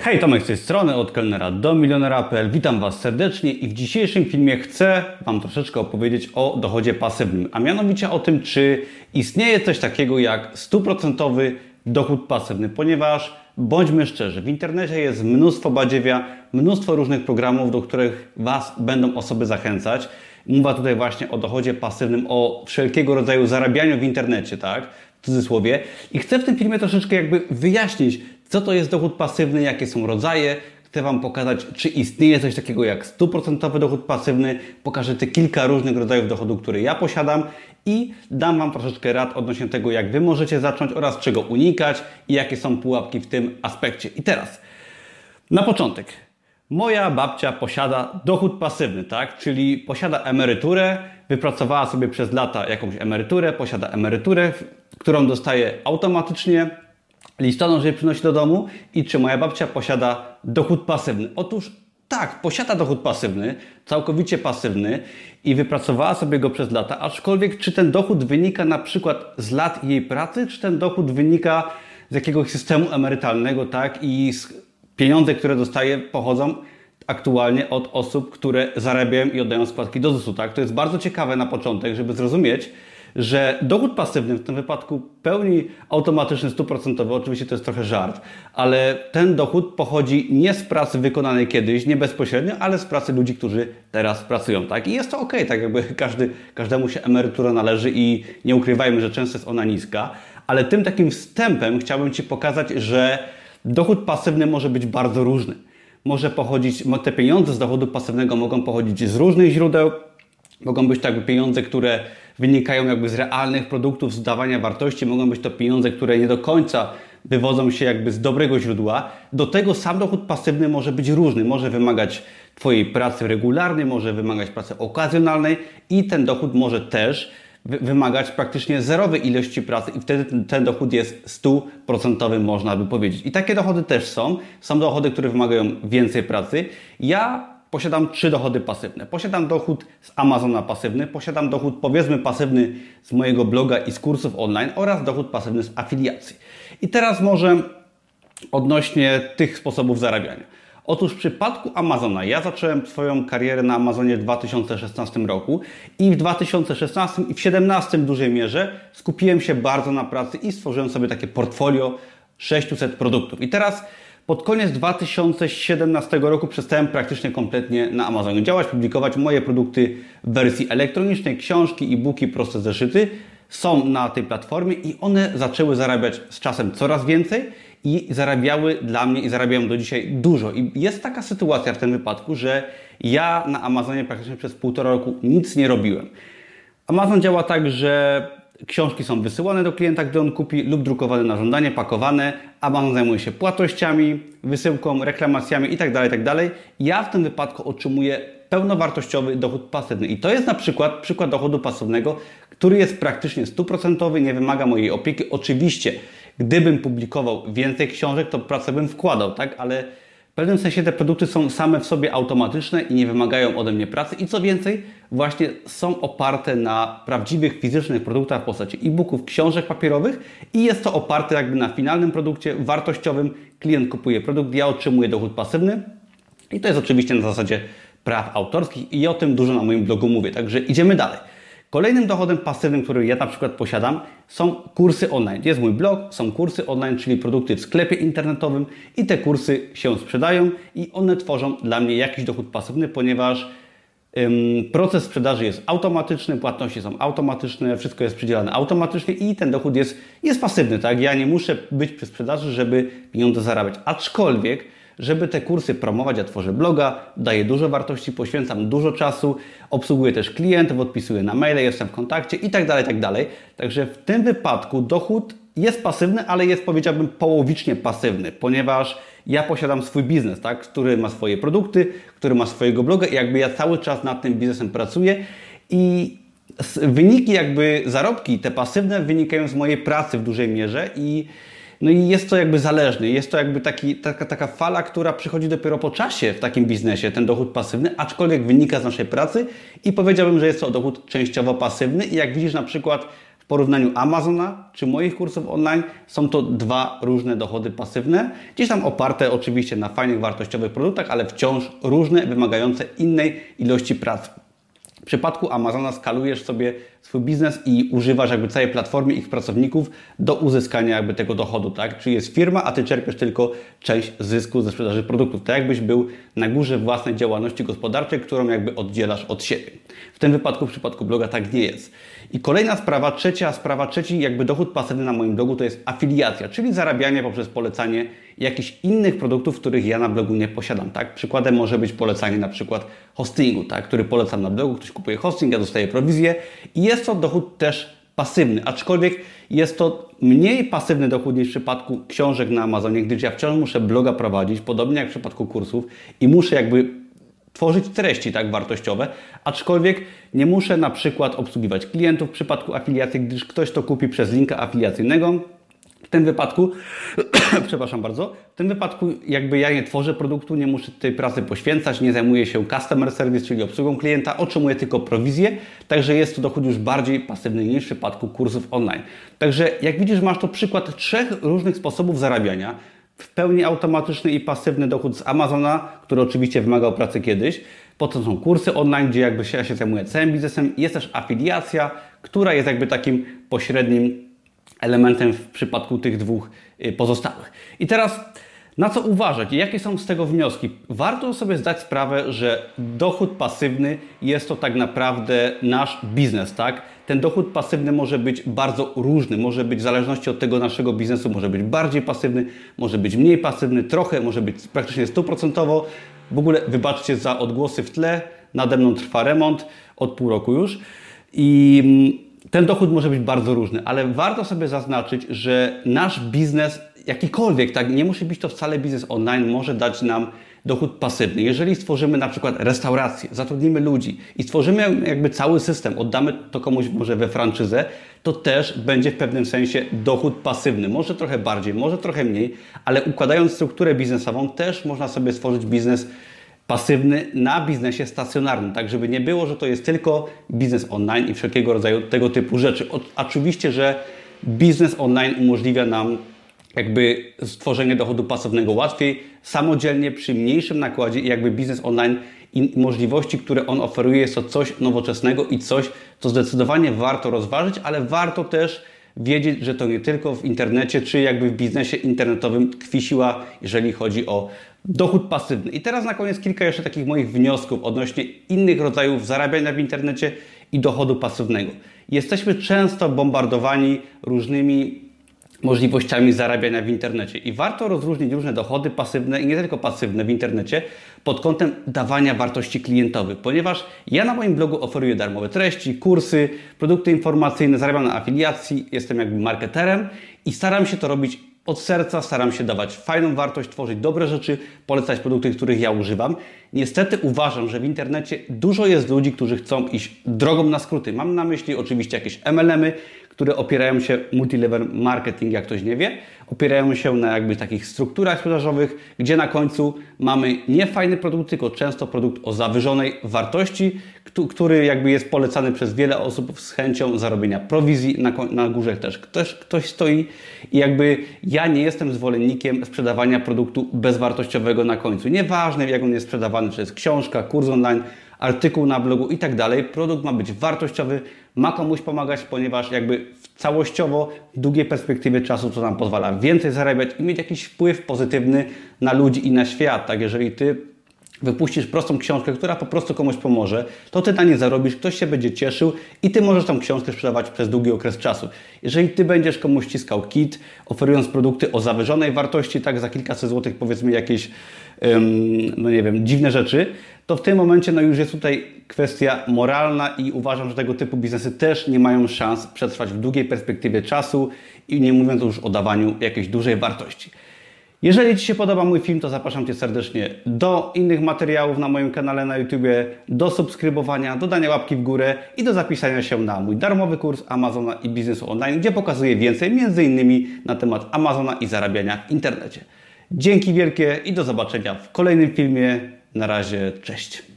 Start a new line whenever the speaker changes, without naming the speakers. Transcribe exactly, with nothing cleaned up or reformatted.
Hej, Tomek z tej strony, od kelnera do milionera kropka p l. Witam Was serdecznie i w dzisiejszym filmie chcę Wam troszeczkę opowiedzieć o dochodzie pasywnym, a mianowicie o tym, czy istnieje coś takiego jak stuprocentowy dochód pasywny, ponieważ bądźmy szczerzy, w internecie jest mnóstwo badziewia, mnóstwo różnych programów, do których Was będą osoby zachęcać. Mowa tutaj właśnie o dochodzie pasywnym, o wszelkiego rodzaju zarabianiu w internecie, tak? W cudzysłowie. I chcę w tym filmie troszeczkę jakby wyjaśnić, co to jest dochód pasywny, jakie są rodzaje. Chcę Wam pokazać, czy istnieje coś takiego jak stuprocentowy dochód pasywny. Pokażę te kilka różnych rodzajów dochodu, które ja posiadam i dam Wam troszeczkę rad odnośnie tego, jak Wy możecie zacząć oraz czego unikać i jakie są pułapki w tym aspekcie. I teraz, na początek. Moja babcia posiada dochód pasywny, tak? Czyli posiada emeryturę, wypracowała sobie przez lata jakąś emeryturę, posiada emeryturę, którą dostaje automatycznie, listonosz jej przynosi do domu. I czy moja babcia posiada dochód pasywny? Otóż tak, posiada dochód pasywny, całkowicie pasywny i wypracowała sobie go przez lata, aczkolwiek czy ten dochód wynika na przykład z lat jej pracy, czy ten dochód wynika z jakiegoś systemu emerytalnego, tak? I z pieniądze, które dostaje, pochodzą aktualnie od osób, które zarabiają i oddają składki do zusu, tak? To jest bardzo ciekawe na początek, żeby zrozumieć, że dochód pasywny w tym wypadku pełni automatyczny, stuprocentowy, oczywiście to jest trochę żart, ale ten dochód pochodzi nie z pracy wykonanej kiedyś, nie bezpośrednio, ale z pracy ludzi, którzy teraz pracują, tak? I jest to okej, tak jakby każdy, każdemu się emerytura należy i nie ukrywajmy, że często jest ona niska, ale tym takim wstępem chciałbym Ci pokazać, że dochód pasywny może być bardzo różny. Może pochodzić, te pieniądze z dochodu pasywnego mogą pochodzić z różnych źródeł. Mogą być to jakby pieniądze, które wynikają jakby z realnych produktów, z dawania wartości. Mogą być to pieniądze, które nie do końca wywodzą się jakby z dobrego źródła. Do tego sam dochód pasywny może być różny. Może wymagać Twojej pracy regularnej, może wymagać pracy okazjonalnej i ten dochód może też wymagać praktycznie zerowej ilości pracy i wtedy ten, ten dochód jest stuprocentowy, można by powiedzieć. I takie dochody też są. Są dochody, które wymagają więcej pracy. Ja posiadam trzy dochody pasywne. Posiadam dochód z Amazona pasywny, posiadam dochód powiedzmy pasywny z mojego bloga i z kursów online oraz dochód pasywny z afiliacji. I teraz może odnośnie tych sposobów zarabiania. Otóż w przypadku Amazona, ja zacząłem swoją karierę na Amazonie w dwa tysiące szesnastym roku i w dwa tysiące szesnastym i w dwa tysiące siedemnastym w dużej mierze skupiłem się bardzo na pracy i stworzyłem sobie takie portfolio sześciuset produktów. I teraz pod koniec dwa tysiące siedemnastego roku przestałem praktycznie kompletnie na Amazonie działać, publikować moje produkty w wersji elektronicznej, książki, e-booki, proste zeszyty są na tej platformie i one zaczęły zarabiać z czasem coraz więcej i zarabiały dla mnie i zarabiają do dzisiaj dużo. I jest taka sytuacja w tym wypadku, że ja na Amazonie praktycznie przez półtora roku nic nie robiłem. Amazon działa tak, że książki są wysyłane do klienta, gdy on kupi, lub drukowane na żądanie, pakowane. Amazon zajmuje się płatnościami, wysyłką, reklamacjami itd., itd. Ja w tym wypadku otrzymuję pełnowartościowy dochód pasywny. I to jest na przykład przykład dochodu pasywnego, który jest praktycznie stuprocentowy, nie wymaga mojej opieki. Oczywiście, gdybym publikował więcej książek, to pracę bym wkładał, tak? Ale w pewnym sensie te produkty są same w sobie automatyczne i nie wymagają ode mnie pracy. I co więcej, właśnie są oparte na prawdziwych, fizycznych produktach w postaci e-booków, książek papierowych i jest to oparte jakby na finalnym produkcie wartościowym. Klient kupuje produkt, ja otrzymuję dochód pasywny i to jest oczywiście na zasadzie praw autorskich i o tym dużo na moim blogu mówię. Także idziemy dalej. Kolejnym dochodem pasywnym, który ja na przykład posiadam, są kursy online. Jest mój blog, są kursy online, czyli produkty w sklepie internetowym i te kursy się sprzedają i one tworzą dla mnie jakiś dochód pasywny, ponieważ ym, proces sprzedaży jest automatyczny, płatności są automatyczne, wszystko jest przydzielane automatycznie i ten dochód jest, jest pasywny, tak? Ja nie muszę być przy sprzedaży, żeby pieniądze zarabiać. Aczkolwiek, żeby te kursy promować, ja tworzę bloga, daję dużo wartości, poświęcam dużo czasu, obsługuję też klientów, odpisuję na maile, jestem w kontakcie i tak dalej, tak dalej. Także w tym wypadku dochód jest pasywny, ale jest, powiedziałbym, połowicznie pasywny, ponieważ ja posiadam swój biznes, tak, który ma swoje produkty, który ma swojego bloga i jakby ja cały czas nad tym biznesem pracuję i wyniki, jakby zarobki, te pasywne wynikają z mojej pracy w dużej mierze i no i jest to jakby zależny, jest to jakby taki, taka, taka fala, która przychodzi dopiero po czasie w takim biznesie, ten dochód pasywny, aczkolwiek wynika z naszej pracy i powiedziałbym, że jest to dochód częściowo pasywny i jak widzisz na przykład w W porównaniu Amazona czy moich kursów online są to dwa różne dochody pasywne, gdzieś tam oparte oczywiście na fajnych, wartościowych produktach, ale wciąż różne, wymagające innej ilości pracy. W przypadku Amazona skalujesz sobie swój biznes i używasz jakby całej platformy ich pracowników do uzyskania jakby tego dochodu, tak? Czyli jest firma, a Ty czerpiesz tylko część zysku ze sprzedaży produktów. Tak jakbyś był na górze własnej działalności gospodarczej, którą jakby oddzielasz od siebie. W tym wypadku, w przypadku bloga tak nie jest. I kolejna sprawa, trzecia sprawa, trzeci jakby dochód pasywny na moim blogu to jest afiliacja, czyli zarabianie poprzez polecanie jakichś innych produktów, których ja na blogu nie posiadam, tak? Przykładem może być polecanie na przykład hostingu, tak? Który polecam na blogu, ktoś kupuje hosting, ja dostaję prowizję i jest to dochód też pasywny, aczkolwiek jest to mniej pasywny dochód niż w przypadku książek na Amazonie, gdyż ja wciąż muszę bloga prowadzić, podobnie jak w przypadku kursów i muszę jakby tworzyć treści tak wartościowe, aczkolwiek nie muszę na przykład obsługiwać klientów w przypadku afiliacji, gdyż ktoś to kupi przez linka afiliacyjnego. W tym wypadku, przepraszam bardzo, w tym wypadku jakby ja nie tworzę produktu, nie muszę tej pracy poświęcać, nie zajmuję się customer service, czyli obsługą klienta, otrzymuję tylko prowizję, także jest to dochód już bardziej pasywny niż w przypadku kursów online. Także jak widzisz, masz to przykład trzech różnych sposobów zarabiania. W pełni automatyczny i pasywny dochód z Amazona, który oczywiście wymagał pracy kiedyś. Potem są kursy online, gdzie jakby się, ja się zajmuję całym biznesem. Jest też afiliacja, która jest jakby takim pośrednim elementem w przypadku tych dwóch pozostałych. I teraz na co uważać i jakie są z tego wnioski? Warto sobie zdać sprawę, że dochód pasywny jest to tak naprawdę nasz biznes, tak? Ten dochód pasywny może być bardzo różny, może być w zależności od tego naszego biznesu, może być bardziej pasywny, może być mniej pasywny, trochę, może być praktycznie stuprocentowo. W ogóle wybaczcie za odgłosy w tle, nade mną trwa remont od pół roku już i ten dochód może być bardzo różny, ale warto sobie zaznaczyć, że nasz biznes, jakikolwiek, tak, nie musi być to wcale biznes online, może dać nam dochód pasywny. Jeżeli stworzymy na przykład restaurację, zatrudnimy ludzi i stworzymy jakby cały system, oddamy to komuś może we franczyzę, to też będzie w pewnym sensie dochód pasywny. Może trochę bardziej, może trochę mniej, ale układając strukturę biznesową też można sobie stworzyć biznes pasywny na biznesie stacjonarnym, tak żeby nie było, że to jest tylko biznes online i wszelkiego rodzaju tego typu rzeczy. O, oczywiście, że biznes online umożliwia nam jakby stworzenie dochodu pasywnego łatwiej, samodzielnie, przy mniejszym nakładzie i jakby biznes online i możliwości, które on oferuje, jest to coś nowoczesnego i coś, co zdecydowanie warto rozważyć, ale warto też wiedzieć, że to nie tylko w internecie, czy jakby w biznesie internetowym tkwi siła, jeżeli chodzi o dochód pasywny. I teraz na koniec kilka jeszcze takich moich wniosków odnośnie innych rodzajów zarabiania w internecie i dochodu pasywnego. Jesteśmy często bombardowani różnymi możliwościami zarabiania w internecie i warto rozróżnić różne dochody pasywne i nie tylko pasywne w internecie pod kątem dawania wartości klientowych, ponieważ ja na moim blogu oferuję darmowe treści, kursy, produkty informacyjne, zarabiam na afiliacji, jestem jakby marketerem i staram się to robić od serca, staram się dawać fajną wartość, tworzyć dobre rzeczy, polecać produkty, których ja używam. Niestety uważam, że w internecie dużo jest ludzi, którzy chcą iść drogą na skróty. Mam na myśli oczywiście jakieś M L M-y, które opierają się multilevel marketing, jak ktoś nie wie, opierają się na jakby takich strukturach sprzedażowych, gdzie na końcu mamy nie fajny produkt, tylko często produkt o zawyżonej wartości, który jakby jest polecany przez wiele osób z chęcią zarobienia prowizji, na, na górze też ktoś, ktoś stoi i jakby ja nie jestem zwolennikiem sprzedawania produktu bezwartościowego na końcu. Nieważne, jak on jest sprzedawany, czy jest książka, kurs online, artykuł na blogu i tak dalej. Produkt ma być wartościowy, ma komuś pomagać, ponieważ jakby całościowo, w długiej perspektywie czasu to nam pozwala więcej zarabiać i mieć jakiś wpływ pozytywny na ludzi i na świat. Tak, jeżeli Ty wypuścisz prostą książkę, która po prostu komuś pomoże, to Ty na nie zarobisz, ktoś się będzie cieszył i Ty możesz tą książkę sprzedawać przez długi okres czasu. Jeżeli Ty będziesz komuś ściskał kit, oferując produkty o zawyżonej wartości, tak za kilkaset złotych, powiedzmy jakieś, ym, no nie wiem, dziwne rzeczy, to w tym momencie no już jest tutaj kwestia moralna i uważam, że tego typu biznesy też nie mają szans przetrwać w długiej perspektywie czasu i nie mówiąc już o dawaniu jakiejś dużej wartości. Jeżeli Ci się podoba mój film, to zapraszam Cię serdecznie do innych materiałów na moim kanale na YouTubie, do subskrybowania, do dania łapki w górę i do zapisania się na mój darmowy kurs Amazona i biznesu online, gdzie pokazuję więcej między innymi na temat Amazona i zarabiania w internecie. Dzięki wielkie i do zobaczenia w kolejnym filmie. Na razie, cześć.